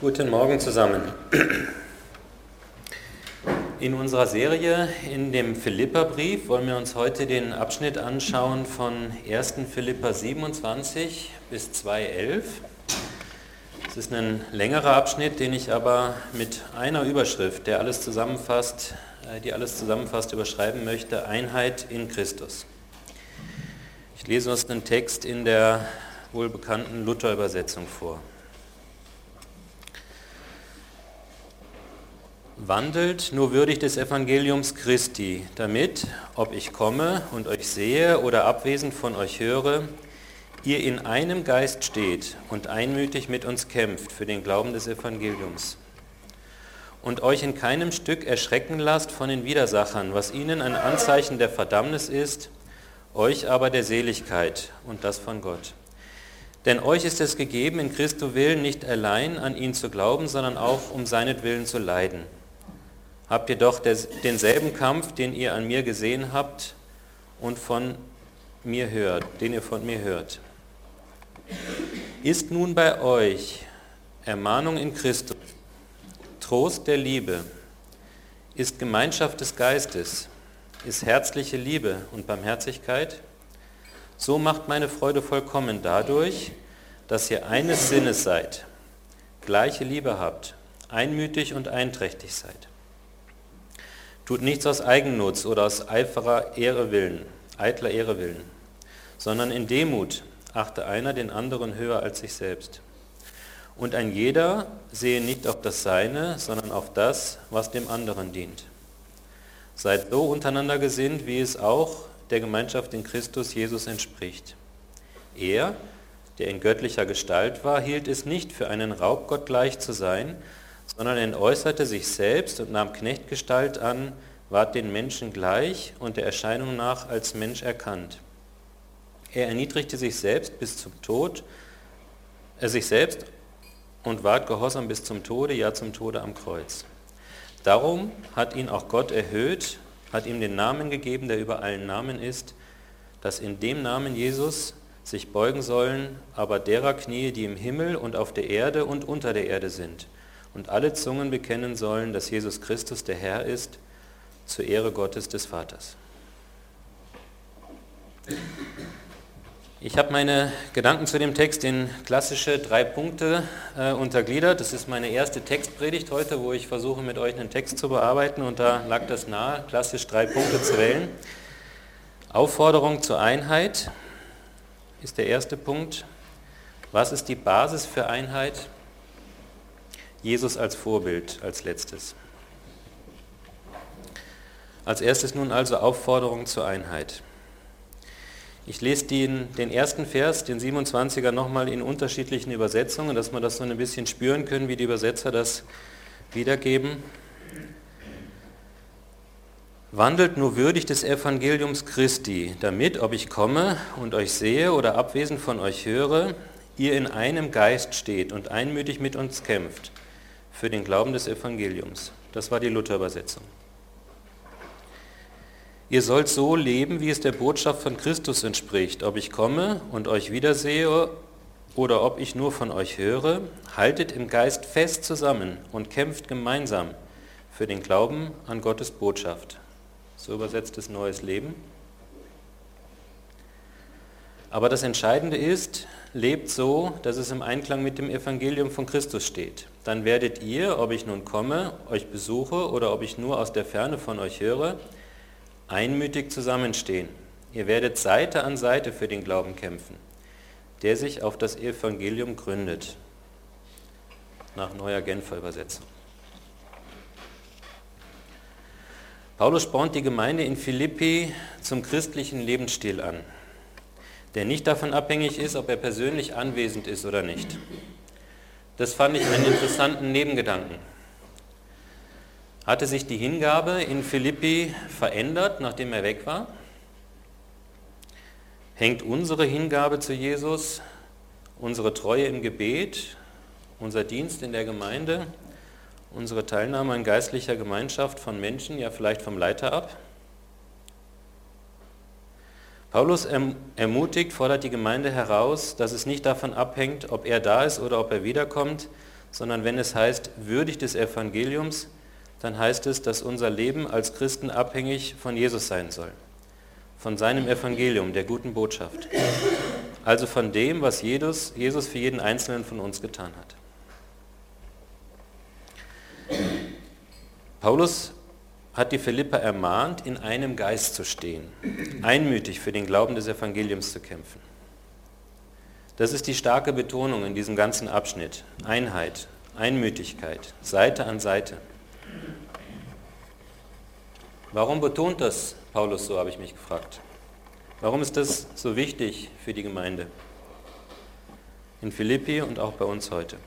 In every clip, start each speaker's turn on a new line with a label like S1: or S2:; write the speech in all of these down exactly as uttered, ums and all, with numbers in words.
S1: Guten Morgen zusammen. In unserer Serie in dem Philipperbrief wollen wir uns heute den Abschnitt anschauen von ersten Philipper siebenundzwanzig bis zwei elf. Es ist ein längerer Abschnitt, den ich aber mit einer Überschrift, der alles zusammenfasst, die alles zusammenfasst, überschreiben möchte: Einheit in Christus. Ich lese uns einen Text in der wohlbekannten Luther-Übersetzung vor. Wandelt nur würdig des Evangeliums Christi, damit, ob ich komme und euch sehe oder abwesend von euch höre, ihr in einem Geist steht und einmütig mit uns kämpft für den Glauben des Evangeliums. Und euch in keinem Stück erschrecken lasst von den Widersachern, was ihnen ein Anzeichen der Verdammnis ist, euch aber der Seligkeit und das von Gott. Denn euch ist es gegeben, in Christo Willen nicht allein an ihn zu glauben, sondern auch um seinetwillen zu leiden. Habt ihr doch des, denselben Kampf, den ihr an mir gesehen habt und von mir hört, den ihr von mir hört. Ist nun bei euch Ermahnung in Christus, Trost der Liebe, ist Gemeinschaft des Geistes, ist herzliche Liebe und Barmherzigkeit? So macht meine Freude vollkommen dadurch, dass ihr eines Sinnes seid, gleiche Liebe habt, einmütig und einträchtig seid. Tut nichts aus Eigennutz oder aus eiferer Ehre willen, eitler Ehre willen, sondern in Demut achte einer den anderen höher als sich selbst. Und ein jeder sehe nicht auf das Seine, sondern auf das, was dem anderen dient. Seid so untereinander gesinnt, wie es auch der Gemeinschaft in Christus Jesus entspricht. Er, der in göttlicher Gestalt war, hielt es nicht für einen Raub, Gott gleich zu sein, sondern entäußerte sich selbst und nahm Knechtgestalt an, ward den Menschen gleich und der Erscheinung nach als Mensch erkannt. Er erniedrigte sich selbst bis zum Tod, er sich selbst und ward gehorsam bis zum Tode, ja zum Tode am Kreuz. Darum hat ihn auch Gott erhöht, hat ihm den Namen gegeben, der über allen Namen ist, dass in dem Namen Jesus sich beugen sollen, aber derer Knie, die im Himmel und auf der Erde und unter der Erde sind, und alle Zungen bekennen sollen, dass Jesus Christus der Herr ist, zur Ehre Gottes des Vaters. Ich habe meine Gedanken zu dem Text in klassische drei Punkte äh, untergliedert. Das ist meine erste Textpredigt heute, wo ich versuche, mit euch einen Text zu bearbeiten, und da lag das nahe, klassisch drei Punkte zu wählen. Aufforderung zur Einheit ist der erste Punkt. Was ist die Basis für Einheit? Jesus als Vorbild als letztes. Als erstes nun also Aufforderung zur Einheit. Ich lese den, den ersten Vers, den siebenundzwanziger, nochmal in unterschiedlichen Übersetzungen, dass wir das so ein bisschen spüren können, wie die Übersetzer das wiedergeben. Wandelt nur würdig des Evangeliums Christi, damit, ob ich komme und euch sehe oder abwesend von euch höre, ihr in einem Geist steht und einmütig mit uns kämpft für den Glauben des Evangeliums. Das war die Luther-Übersetzung. Ihr sollt so leben, wie es der Botschaft von Christus entspricht. Ob ich komme und euch wiedersehe oder ob ich nur von euch höre, haltet im Geist fest zusammen und kämpft gemeinsam für den Glauben an Gottes Botschaft. So übersetzt es Neues Leben. Aber das Entscheidende ist, lebt so, dass es im Einklang mit dem Evangelium von Christus steht. Dann werdet ihr, ob ich nun komme, euch besuche oder ob ich nur aus der Ferne von euch höre, einmütig zusammenstehen. Ihr werdet Seite an Seite für den Glauben kämpfen, der sich auf das Evangelium gründet. Nach Neuer Genfer Übersetzung. Paulus spornt die Gemeinde in Philippi zum christlichen Lebensstil an, der nicht davon abhängig ist, ob er persönlich anwesend ist oder nicht. Das fand ich einen interessanten Nebengedanken. Hatte sich die Hingabe in Philippi verändert, nachdem er weg war? Hängt unsere Hingabe zu Jesus, unsere Treue im Gebet, unser Dienst in der Gemeinde, unsere Teilnahme an geistlicher Gemeinschaft von Menschen, ja vielleicht vom Leiter ab? Paulus ermutigt, fordert die Gemeinde heraus, dass es nicht davon abhängt, ob er da ist oder ob er wiederkommt, sondern wenn es heißt, würdig des Evangeliums, dann heißt es, dass unser Leben als Christen abhängig von Jesus sein soll, von seinem Evangelium, der guten Botschaft, also von dem, was Jesus, Jesus für jeden Einzelnen von uns getan hat. Paulus hat die Philipper ermahnt, in einem Geist zu stehen, einmütig für den Glauben des Evangeliums zu kämpfen. Das ist die starke Betonung in diesem ganzen Abschnitt. Einheit, Einmütigkeit, Seite an Seite. Warum betont das Paulus so, habe ich mich gefragt. Warum ist das so wichtig für die Gemeinde? In Philippi und auch bei uns heute.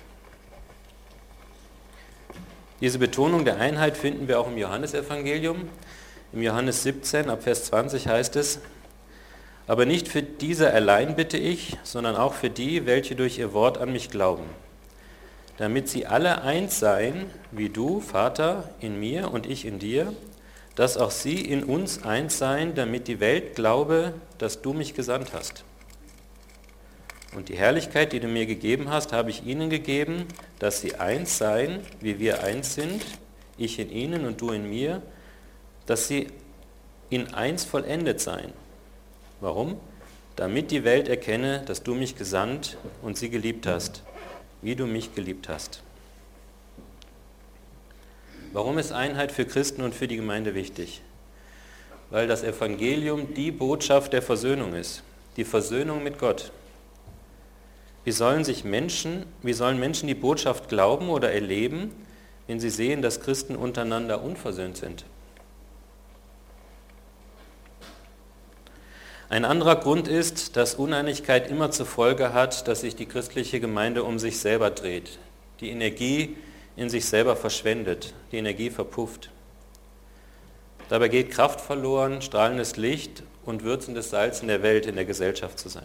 S1: Diese Betonung der Einheit finden wir auch im Johannesevangelium. Im Johannes siebzehn, ab Vers zwanzig heißt es, aber nicht für diese allein bitte ich, sondern auch für die, welche durch ihr Wort an mich glauben, damit sie alle eins seien, wie du, Vater, in mir und ich in dir, dass auch sie in uns eins seien, damit die Welt glaube, dass du mich gesandt hast. Und die Herrlichkeit, die du mir gegeben hast, habe ich ihnen gegeben, dass sie eins seien, wie wir eins sind, ich in ihnen und du in mir, dass sie in eins vollendet seien. Warum? Damit die Welt erkenne, dass du mich gesandt und sie geliebt hast, wie du mich geliebt hast. Warum ist Einheit für Christen und für die Gemeinde wichtig? Weil das Evangelium die Botschaft der Versöhnung ist, die Versöhnung mit Gott. Wie sollen sich Menschen, wie sollen Menschen die Botschaft glauben oder erleben, wenn sie sehen, dass Christen untereinander unversöhnt sind? Ein anderer Grund ist, dass Uneinigkeit immer zur Folge hat, dass sich die christliche Gemeinde um sich selber dreht, die Energie in sich selber verschwendet, die Energie verpufft. Dabei geht Kraft verloren, strahlendes Licht und würzendes Salz in der Welt, in der Gesellschaft zu sein.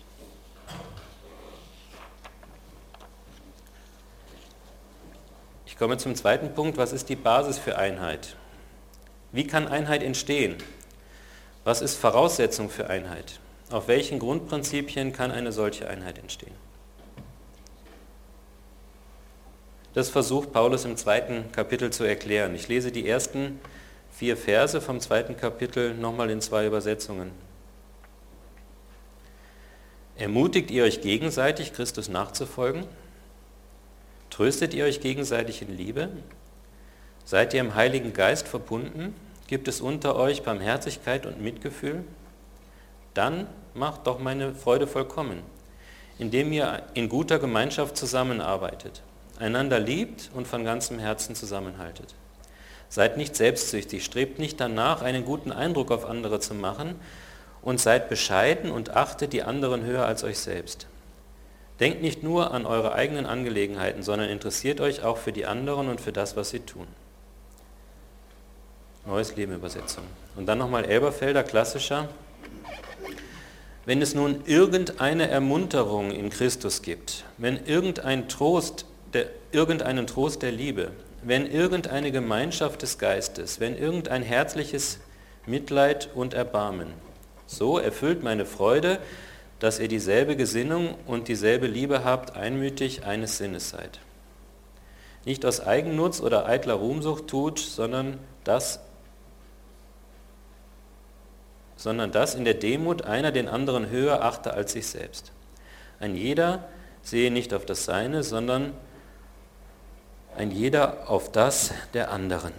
S1: Ich komme zum zweiten Punkt. Was ist die Basis für Einheit? Wie kann Einheit entstehen? Was ist Voraussetzung für Einheit? Auf welchen Grundprinzipien kann eine solche Einheit entstehen? Das versucht Paulus im zweiten Kapitel zu erklären. Ich lese die ersten vier Verse vom zweiten Kapitel nochmal in zwei Übersetzungen. Ermutigt ihr euch gegenseitig, Christus nachzufolgen? Tröstet ihr euch gegenseitig in Liebe? Seid ihr im Heiligen Geist verbunden? Gibt es unter euch Barmherzigkeit und Mitgefühl? Dann macht doch meine Freude vollkommen, indem ihr in guter Gemeinschaft zusammenarbeitet, einander liebt und von ganzem Herzen zusammenhaltet. Seid nicht selbstsüchtig, strebt nicht danach, einen guten Eindruck auf andere zu machen und seid bescheiden und achtet die anderen höher als euch selbst. Denkt nicht nur an eure eigenen Angelegenheiten, sondern interessiert euch auch für die anderen und für das, was sie tun. Neues Leben Übersetzung. Und dann nochmal Elberfelder, klassischer. Wenn es nun irgendeine Ermunterung in Christus gibt, wenn irgendein Trost, der, irgendeinen Trost der Liebe, wenn irgendeine Gemeinschaft des Geistes, wenn irgendein herzliches Mitleid und Erbarmen, so erfüllt meine Freude, dass ihr dieselbe Gesinnung und dieselbe Liebe habt, einmütig eines Sinnes seid. Nicht aus Eigennutz oder eitler Ruhmsucht tut, sondern das sondern dass in der Demut einer den anderen höher achte als sich selbst. Ein jeder sehe nicht auf das Seine, sondern ein jeder auf das der anderen.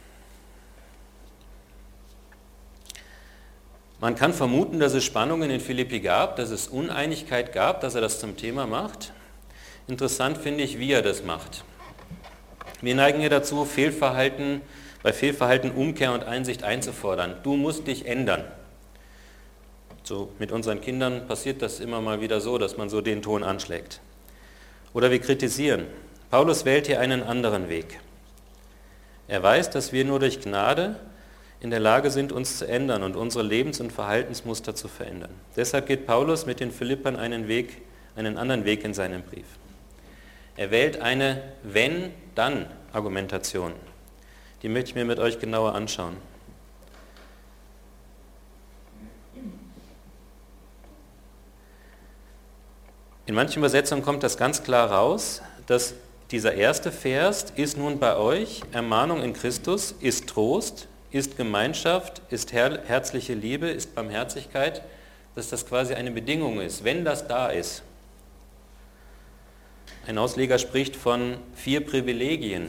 S1: Man kann vermuten, dass es Spannungen in Philippi gab, dass es Uneinigkeit gab, dass er das zum Thema macht. Interessant finde ich, wie er das macht. Wir neigen ja dazu, Fehlverhalten, bei Fehlverhalten Umkehr und Einsicht einzufordern. Du musst dich ändern. So, mit unseren Kindern passiert das immer mal wieder so, dass man so den Ton anschlägt. Oder wir kritisieren. Paulus wählt hier einen anderen Weg. Er weiß, dass wir nur durch Gnade in der Lage sind, uns zu ändern und unsere Lebens- und Verhaltensmuster zu verändern. Deshalb geht Paulus mit den Philippern einen Weg, einen anderen Weg in seinem Brief. Er wählt eine Wenn-Dann-Argumentation. Die möchte ich mir mit euch genauer anschauen. In manchen Übersetzungen kommt das ganz klar raus, dass dieser erste Vers ist nun bei euch Ermahnung in Christus, ist Trost, ist Gemeinschaft, ist her- herzliche Liebe, ist Barmherzigkeit, dass das quasi eine Bedingung ist, wenn das da ist. Ein Ausleger spricht von vier Privilegien,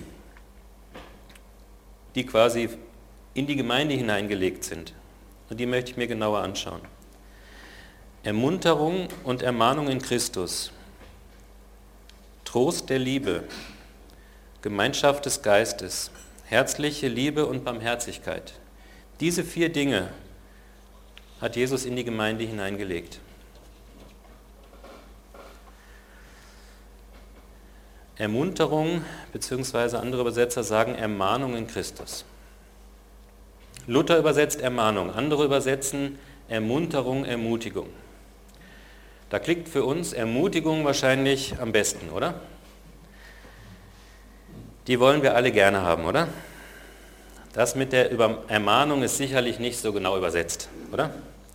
S1: die quasi in die Gemeinde hineingelegt sind. Und die möchte ich mir genauer anschauen. Ermunterung und Ermahnung in Christus, Trost der Liebe, Gemeinschaft des Geistes, herzliche Liebe und Barmherzigkeit. Diese vier Dinge hat Jesus in die Gemeinde hineingelegt. Ermunterung, beziehungsweise andere Übersetzer sagen Ermahnung in Christus. Luther übersetzt Ermahnung, andere übersetzen Ermunterung, Ermutigung. Da klingt für uns Ermutigung wahrscheinlich am besten, oder? Die wollen wir alle gerne haben, oder? Das mit der Ermahnung ist sicherlich nicht so genau übersetzt, oder?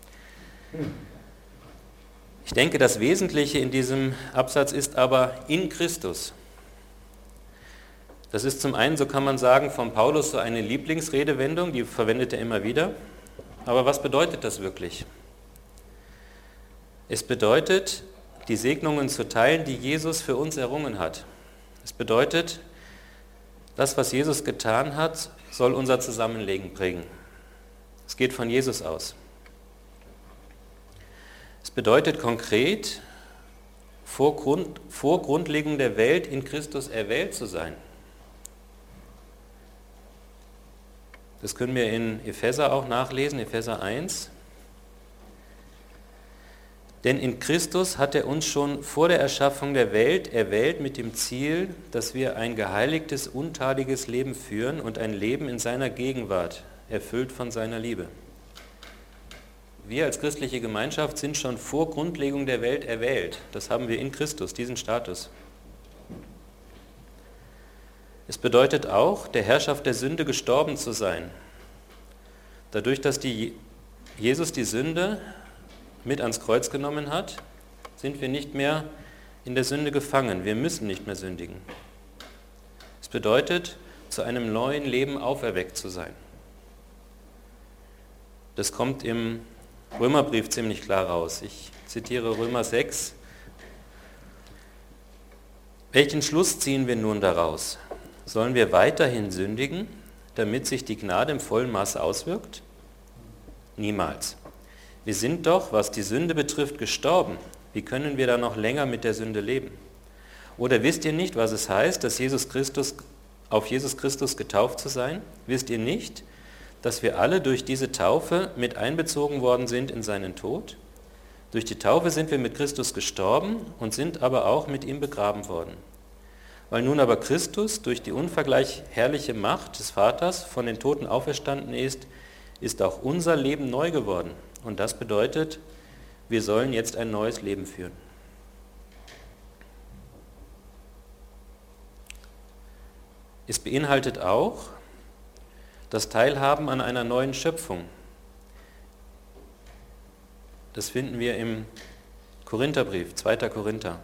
S1: Ich denke, das Wesentliche in diesem Absatz ist aber in Christus. Das ist zum einen, so kann man sagen, von Paulus so eine Lieblingsredewendung, die verwendet er immer wieder. Aber was bedeutet das wirklich? Es bedeutet, die Segnungen zu teilen, die Jesus für uns errungen hat. Es bedeutet, das, was Jesus getan hat, soll unser Zusammenleben prägen. Es geht von Jesus aus. Es bedeutet konkret, vor, Grund, vor Grundlegung der Welt in Christus erwählt zu sein. Das können wir in Epheser auch nachlesen, Epheser eins. Denn in Christus hat er uns schon vor der Erschaffung der Welt erwählt mit dem Ziel, dass wir ein geheiligtes, untadiges Leben führen und ein Leben in seiner Gegenwart, erfüllt von seiner Liebe. Wir als christliche Gemeinschaft sind schon vor Grundlegung der Welt erwählt. Das haben wir in Christus, diesen Status. Es bedeutet auch, der Herrschaft der Sünde gestorben zu sein. Dadurch, dass die, Jesus die Sünde mit ans Kreuz genommen hat, sind wir nicht mehr in der Sünde gefangen. Wir müssen nicht mehr sündigen. Es bedeutet, zu einem neuen Leben auferweckt zu sein. Das kommt im Römerbrief ziemlich klar raus. Ich zitiere Römer sechs. Welchen Schluss ziehen wir nun daraus? Sollen wir weiterhin sündigen, damit sich die Gnade im vollen Maß auswirkt? Niemals. Wir sind doch, was die Sünde betrifft, gestorben. Wie können wir da noch länger mit der Sünde leben? Oder wisst ihr nicht, was es heißt, dass Jesus Christus, auf Jesus Christus getauft zu sein? Wisst ihr nicht, dass wir alle durch diese Taufe mit einbezogen worden sind in seinen Tod? Durch die Taufe sind wir mit Christus gestorben und sind aber auch mit ihm begraben worden. Weil nun aber Christus durch die unvergleich herrliche Macht des Vaters von den Toten auferstanden ist, ist auch unser Leben neu geworden. Und das bedeutet, wir sollen jetzt ein neues Leben führen. Es beinhaltet auch das Teilhaben an einer neuen Schöpfung. Das finden wir im Korintherbrief, zweiter Korinther.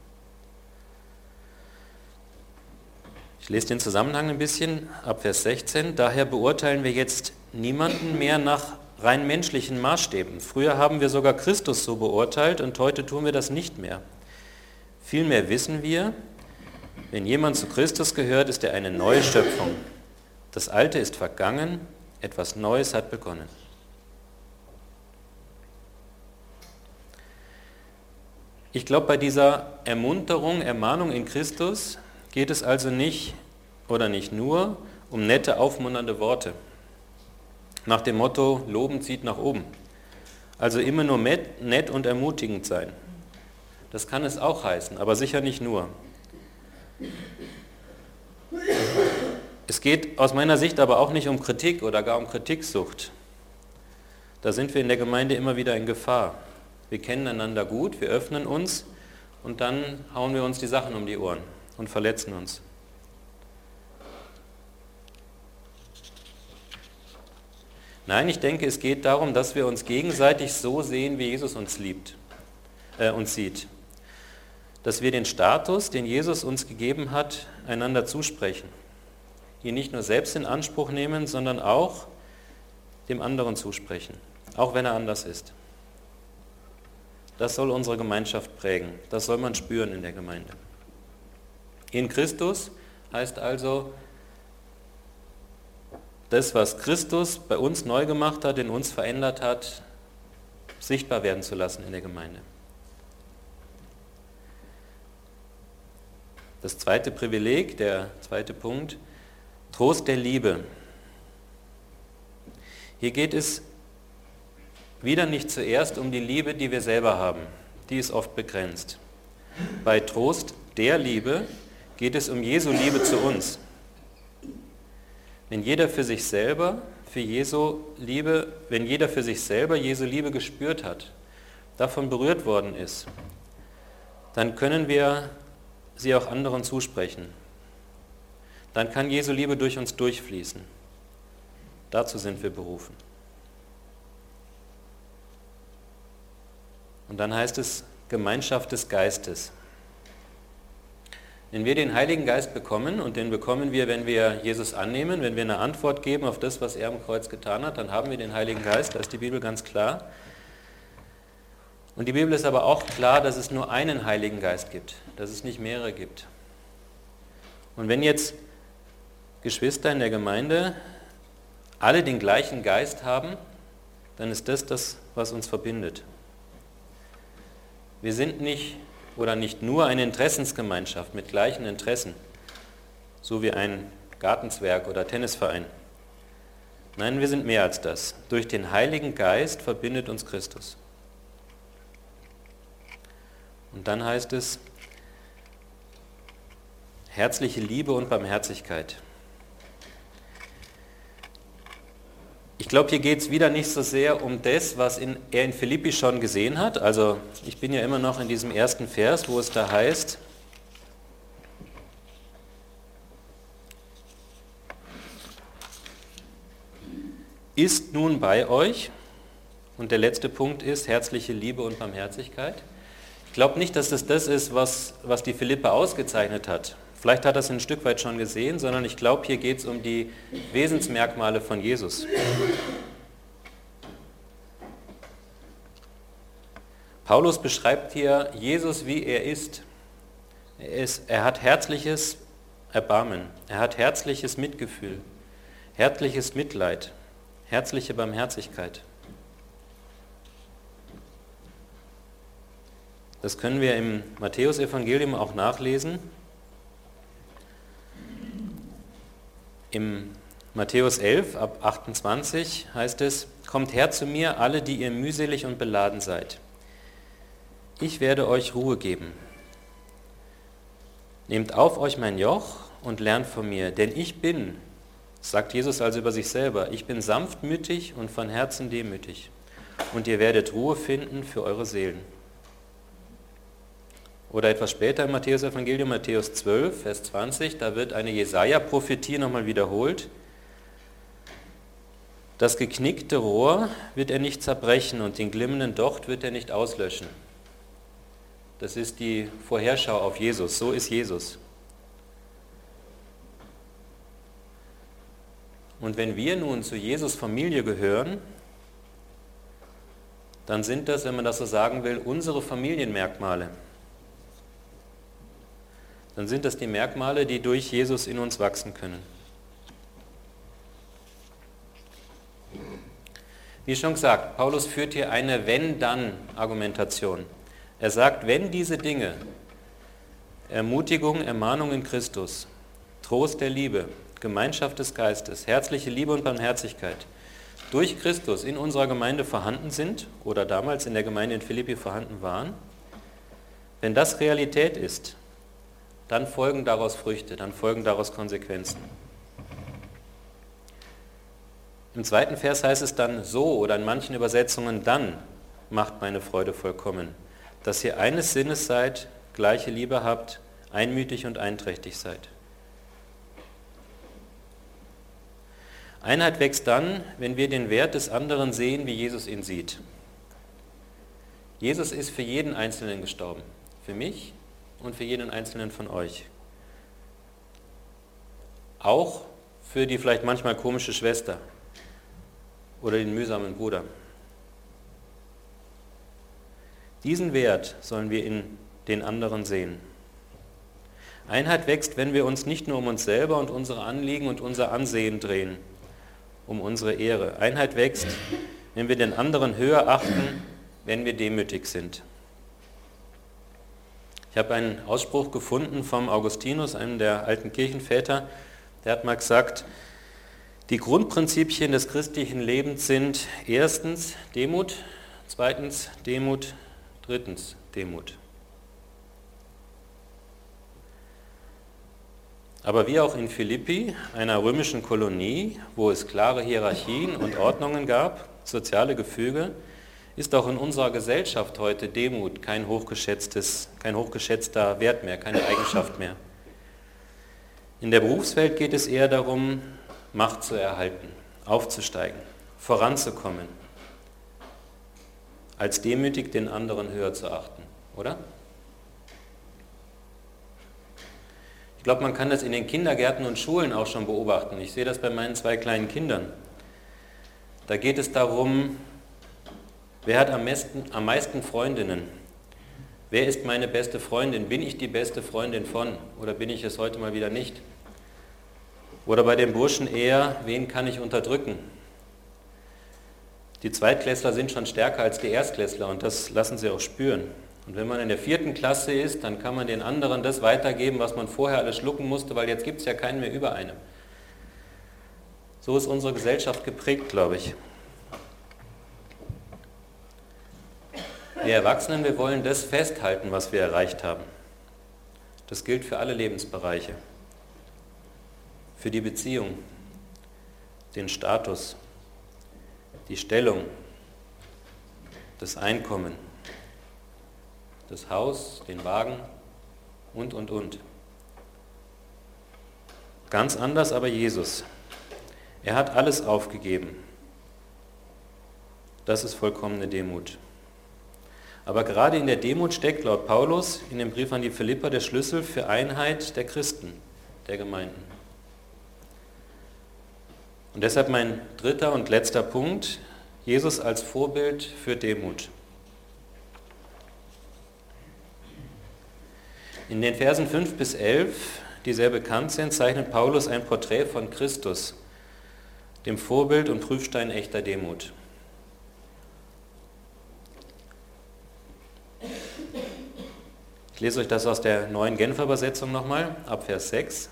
S1: Ich lese den Zusammenhang ein bisschen, ab Vers sechzehn. Daher beurteilen wir jetzt niemanden mehr nach rein menschlichen Maßstäben. Früher haben wir sogar Christus so beurteilt und heute tun wir das nicht mehr. Vielmehr wissen wir, wenn jemand zu Christus gehört, ist er eine neue Schöpfung. Das Alte ist vergangen, etwas Neues hat begonnen. Ich glaube, bei dieser Ermunterung, Ermahnung in Christus geht es also nicht oder nicht nur um nette, aufmunternde Worte. Nach dem Motto, Loben zieht nach oben. Also immer nur nett und ermutigend sein. Das kann es auch heißen, aber sicher nicht nur. Es geht aus meiner Sicht aber auch nicht um Kritik oder gar um Kritiksucht. Da sind wir in der Gemeinde immer wieder in Gefahr. Wir kennen einander gut, wir öffnen uns und dann hauen wir uns die Sachen um die Ohren und verletzen uns. Nein, ich denke, es geht darum, dass wir uns gegenseitig so sehen, wie Jesus uns liebt, äh, uns sieht. dass wir den Status, den Jesus uns gegeben hat, einander zusprechen. Ihn nicht nur selbst in Anspruch nehmen, sondern auch dem anderen zusprechen, auch wenn er anders ist. Das soll unsere Gemeinschaft prägen. Das soll man spüren in der Gemeinde. In Christus heißt also, das, was Christus bei uns neu gemacht hat, in uns verändert hat, sichtbar werden zu lassen in der Gemeinde. Das zweite Privileg, der zweite Punkt, Trost der Liebe. Hier geht es wieder nicht zuerst um die Liebe, die wir selber haben. Die ist oft begrenzt. Bei Trost der Liebe geht es um Jesu Liebe zu uns. Wenn jeder für sich selber, für Jesu Liebe, wenn jeder für sich selber Jesu Liebe gespürt hat, davon berührt worden ist, dann können wir sie auch anderen zusprechen. Dann kann Jesu Liebe durch uns durchfließen. Dazu sind wir berufen. Und dann heißt es Gemeinschaft des Geistes. Wenn wir den Heiligen Geist bekommen, und den bekommen wir, wenn wir Jesus annehmen, wenn wir eine Antwort geben auf das, was er am Kreuz getan hat, dann haben wir den Heiligen Geist, da ist die Bibel ganz klar. Und die Bibel ist aber auch klar, dass es nur einen Heiligen Geist gibt, dass es nicht mehrere gibt. Und wenn jetzt Geschwister in der Gemeinde alle den gleichen Geist haben, dann ist das das, was uns verbindet. Wir sind nicht oder nicht nur eine Interessensgemeinschaft mit gleichen Interessen, so wie ein Gartenzwerg oder Tennisverein. Nein, wir sind mehr als das. Durch den Heiligen Geist verbindet uns Christus. Und dann heißt es, herzliche Liebe und Barmherzigkeit. Ich glaube, hier geht es wieder nicht so sehr um das, was in, er in Philippi schon gesehen hat. Also ich bin ja immer noch in diesem ersten Vers, wo es da heißt, ist nun bei euch, und der letzte Punkt ist herzliche Liebe und Barmherzigkeit. Ich glaube nicht, dass das das ist, was, was die Philipper ausgezeichnet hat. Vielleicht hat er es ein Stück weit schon gesehen, sondern ich glaube, hier geht es um die Wesensmerkmale von Jesus. Paulus beschreibt hier Jesus, wie er ist. Er, ist, er hat herzliches Erbarmen, er hat herzliches Mitgefühl, herzliches Mitleid, herzliche Barmherzigkeit. Das können wir im Matthäusevangelium auch nachlesen. Im Matthäus elf, ab achtundzwanzig heißt es, kommt her zu mir, alle, die ihr mühselig und beladen seid. Ich werde euch Ruhe geben. Nehmt auf euch mein Joch und lernt von mir, denn ich bin, sagt Jesus also über sich selber, ich bin sanftmütig und von Herzen demütig. Und ihr werdet Ruhe finden für eure Seelen. Oder etwas später im Matthäus-Evangelium, Matthäus zwölf, Vers zwanzig, da wird eine Jesaja-Prophetie nochmal wiederholt. Das geknickte Rohr wird er nicht zerbrechen und den glimmenden Docht wird er nicht auslöschen. Das ist die Vorherschau auf Jesus. So ist Jesus. Und wenn wir nun zu Jesus Familie gehören, dann sind das, wenn man das so sagen will, unsere Familienmerkmale. Dann sind das die Merkmale, die durch Jesus in uns wachsen können. Wie schon gesagt, Paulus führt hier eine Wenn-Dann-Argumentation. Er sagt, wenn diese Dinge, Ermutigung, Ermahnung in Christus, Trost der Liebe, Gemeinschaft des Geistes, herzliche Liebe und Barmherzigkeit, durch Christus in unserer Gemeinde vorhanden sind oder damals in der Gemeinde in Philippi vorhanden waren, wenn das Realität ist, dann folgen daraus Früchte, dann folgen daraus Konsequenzen. Im zweiten Vers heißt es dann so oder in manchen Übersetzungen, dann macht meine Freude vollkommen, dass ihr eines Sinnes seid, gleiche Liebe habt, einmütig und einträchtig seid. Einheit wächst dann, wenn wir den Wert des anderen sehen, wie Jesus ihn sieht. Jesus ist für jeden Einzelnen gestorben, für mich und für jeden Einzelnen von euch. Auch für die vielleicht manchmal komische Schwester oder den mühsamen Bruder. Diesen Wert sollen wir in den anderen sehen. Einheit wächst, wenn wir uns nicht nur um uns selber und unsere Anliegen und unser Ansehen drehen, um unsere Ehre. Einheit wächst, wenn wir den anderen höher achten, wenn wir demütig sind. Ich habe einen Ausspruch gefunden vom Augustinus, einem der alten Kirchenväter, der hat mal gesagt, die Grundprinzipien des christlichen Lebens sind erstens Demut, zweitens Demut, drittens Demut. Aber wie auch in Philippi, einer römischen Kolonie, wo es klare Hierarchien und Ordnungen gab, soziale Gefüge, ist auch in unserer Gesellschaft heute Demut kein hochgeschätztes, kein hochgeschätzter Wert mehr, keine Eigenschaft mehr. In der Berufswelt geht es eher darum, Macht zu erhalten, aufzusteigen, voranzukommen, als demütig den anderen höher zu achten, oder? Ich glaube, man kann das in den Kindergärten und Schulen auch schon beobachten. Ich sehe das bei meinen zwei kleinen Kindern. Da geht es darum, wer hat am meisten, am meisten Freundinnen? Wer ist meine beste Freundin? Bin ich die beste Freundin von? Oder bin ich es heute mal wieder nicht? Oder bei den Burschen eher, wen kann ich unterdrücken? Die Zweitklässler sind schon stärker als die Erstklässler und das lassen sie auch spüren. Und wenn man in der vierten Klasse ist, dann kann man den anderen das weitergeben, was man vorher alles schlucken musste, weil jetzt gibt es ja keinen mehr über einem. So ist unsere Gesellschaft geprägt, glaube ich. Wir Erwachsenen, wir wollen das festhalten, was wir erreicht haben. Das gilt für alle Lebensbereiche. Für die Beziehung, den Status, die Stellung, das Einkommen, das Haus, den Wagen und, und, und. Ganz anders aber Jesus. Er hat alles aufgegeben. Das ist vollkommene Demut. Aber gerade in der Demut steckt laut Paulus in dem Brief an die Philipper der Schlüssel für Einheit der Christen, der Gemeinden. Und deshalb mein dritter und letzter Punkt, Jesus als Vorbild für Demut. In den Versen fünf bis elf, die sehr bekannt sind, zeichnet Paulus ein Porträt von Christus, dem Vorbild und Prüfstein echter Demut. Ich lese euch das aus der neuen Genfer Übersetzung nochmal, ab Vers sechs.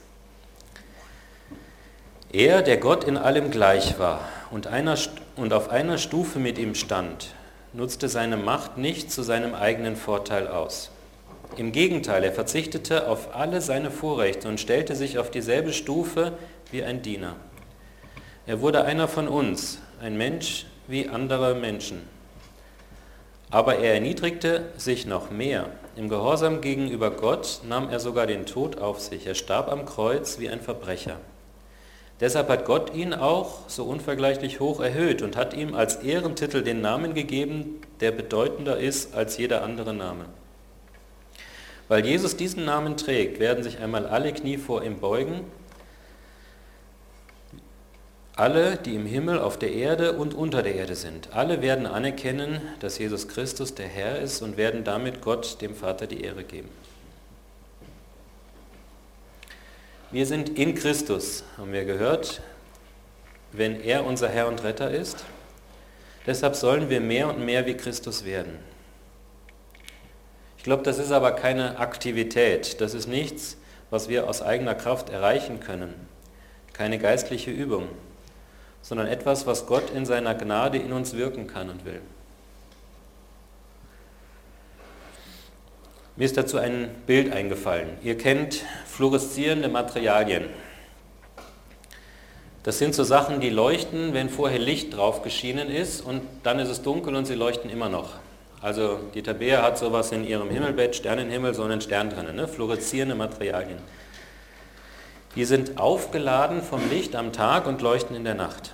S1: Er, der Gott in allem gleich war und, einer, und auf einer Stufe mit ihm stand, nutzte seine Macht nicht zu seinem eigenen Vorteil aus. Im Gegenteil, er verzichtete auf alle seine Vorrechte und stellte sich auf dieselbe Stufe wie ein Diener. Er wurde einer von uns, ein Mensch wie andere Menschen. Aber er erniedrigte sich noch mehr. Im Gehorsam gegenüber Gott nahm er sogar den Tod auf sich. Er starb am Kreuz wie ein Verbrecher. Deshalb hat Gott ihn auch so unvergleichlich hoch erhöht und hat ihm als Ehrentitel den Namen gegeben, der bedeutender ist als jeder andere Name. Weil Jesus diesen Namen trägt, werden sich einmal alle Knie vor ihm beugen, alle, die im Himmel, auf der Erde und unter der Erde sind. Alle werden anerkennen, dass Jesus Christus der Herr ist und werden damit Gott, dem Vater, die Ehre geben. Wir sind in Christus, haben wir gehört, wenn er unser Herr und Retter ist. Deshalb sollen wir mehr und mehr wie Christus werden. Ich glaube, das ist aber keine Aktivität. Das ist nichts, was wir aus eigener Kraft erreichen können. Keine geistliche Übung, sondern etwas, was Gott in seiner Gnade in uns wirken kann und will. Mir ist dazu ein Bild eingefallen. Ihr kennt fluoreszierende Materialien. Das sind so Sachen, die leuchten, wenn vorher Licht drauf geschienen ist und dann ist es dunkel und sie leuchten immer noch. Also die Tabea hat sowas in ihrem Himmelbett, Sternenhimmel, so einen Stern drin, ne? Fluoreszierende Materialien. Die sind aufgeladen vom Licht am Tag und leuchten in der Nacht.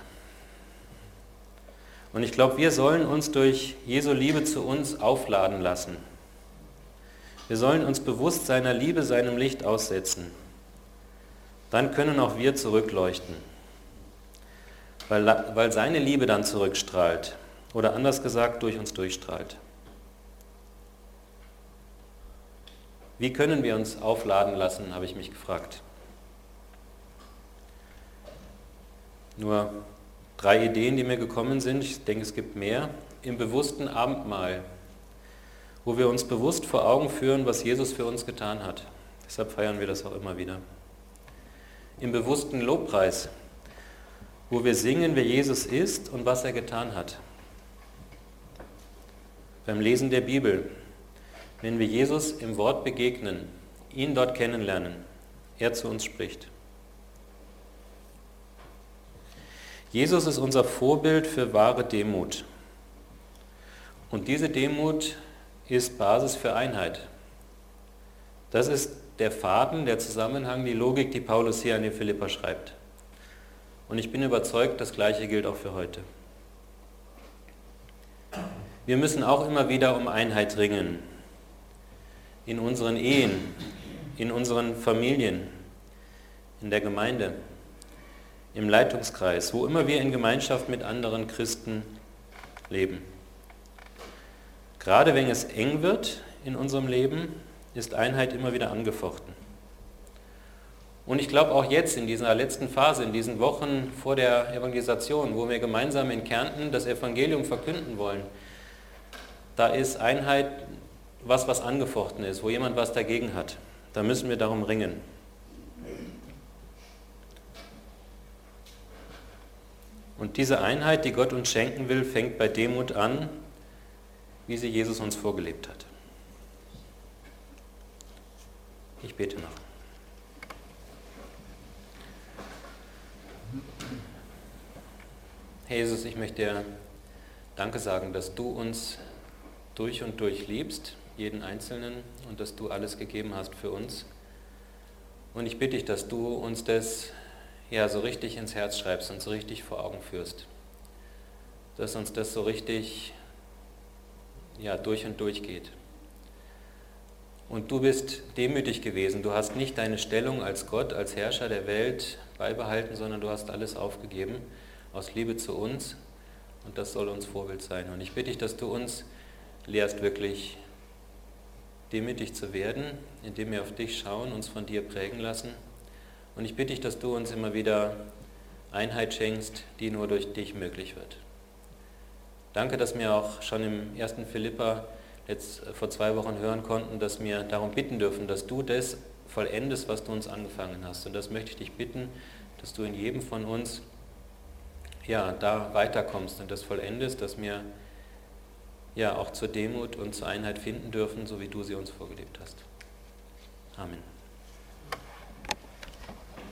S1: Und ich glaube, wir sollen uns durch Jesu Liebe zu uns aufladen lassen. Wir sollen uns bewusst seiner Liebe, seinem Licht aussetzen. Dann können auch wir zurückleuchten, weil, weil seine Liebe dann zurückstrahlt oder anders gesagt durch uns durchstrahlt. Wie können wir uns aufladen lassen, habe ich mich gefragt. Nur drei Ideen, die mir gekommen sind, ich denke, es gibt mehr. Im bewussten Abendmahl, wo wir uns bewusst vor Augen führen, was Jesus für uns getan hat. Deshalb feiern wir das auch immer wieder. Im bewussten Lobpreis, wo wir singen, wer Jesus ist und was er getan hat. Beim Lesen der Bibel, wenn wir Jesus im Wort begegnen, ihn dort kennenlernen, er zu uns spricht. Jesus ist unser Vorbild für wahre Demut. Und diese Demut ist Basis für Einheit. Das ist der Faden, der Zusammenhang, die Logik, die Paulus hier an die Philipper schreibt. Und ich bin überzeugt, das Gleiche gilt auch für heute. Wir müssen auch immer wieder um Einheit ringen. In unseren Ehen, in unseren Familien, in der Gemeinde, im Leitungskreis, wo immer wir in Gemeinschaft mit anderen Christen leben. Gerade wenn es eng wird in unserem Leben, ist Einheit immer wieder angefochten. Und ich glaube auch jetzt in dieser letzten Phase, in diesen Wochen vor der Evangelisation, wo wir gemeinsam in Kärnten das Evangelium verkünden wollen, da ist Einheit was, was angefochten ist, wo jemand was dagegen hat. Da müssen wir darum ringen. Und diese Einheit, die Gott uns schenken will, fängt bei Demut an, wie sie Jesus uns vorgelebt hat. Ich bete noch. Herr Jesus, ich möchte dir Danke sagen, dass du uns durch und durch liebst, jeden Einzelnen, und dass du alles gegeben hast für uns. Und ich bitte dich, dass du uns das ja so richtig ins Herz schreibst und so richtig vor Augen führst. Dass uns das so richtig ja, durch und durch geht. Und du bist demütig gewesen. Du hast nicht deine Stellung als Gott, als Herrscher der Welt beibehalten, sondern du hast alles aufgegeben aus Liebe zu uns. Und das soll uns Vorbild sein. Und ich bitte dich, dass du uns lehrst, wirklich demütig zu werden, indem wir auf dich schauen, uns von dir prägen lassen. Und ich bitte dich, dass du uns immer wieder Einheit schenkst, die nur durch dich möglich wird. Danke, dass wir auch schon im ersten Philipper jetzt vor zwei Wochen hören konnten, dass wir darum bitten dürfen, dass du das vollendest, was du uns angefangen hast. Und das möchte ich dich bitten, dass du in jedem von uns ja, da weiterkommst und das vollendest, dass wir ja auch zur Demut und zur Einheit finden dürfen, so wie du sie uns vorgelebt hast. Amen.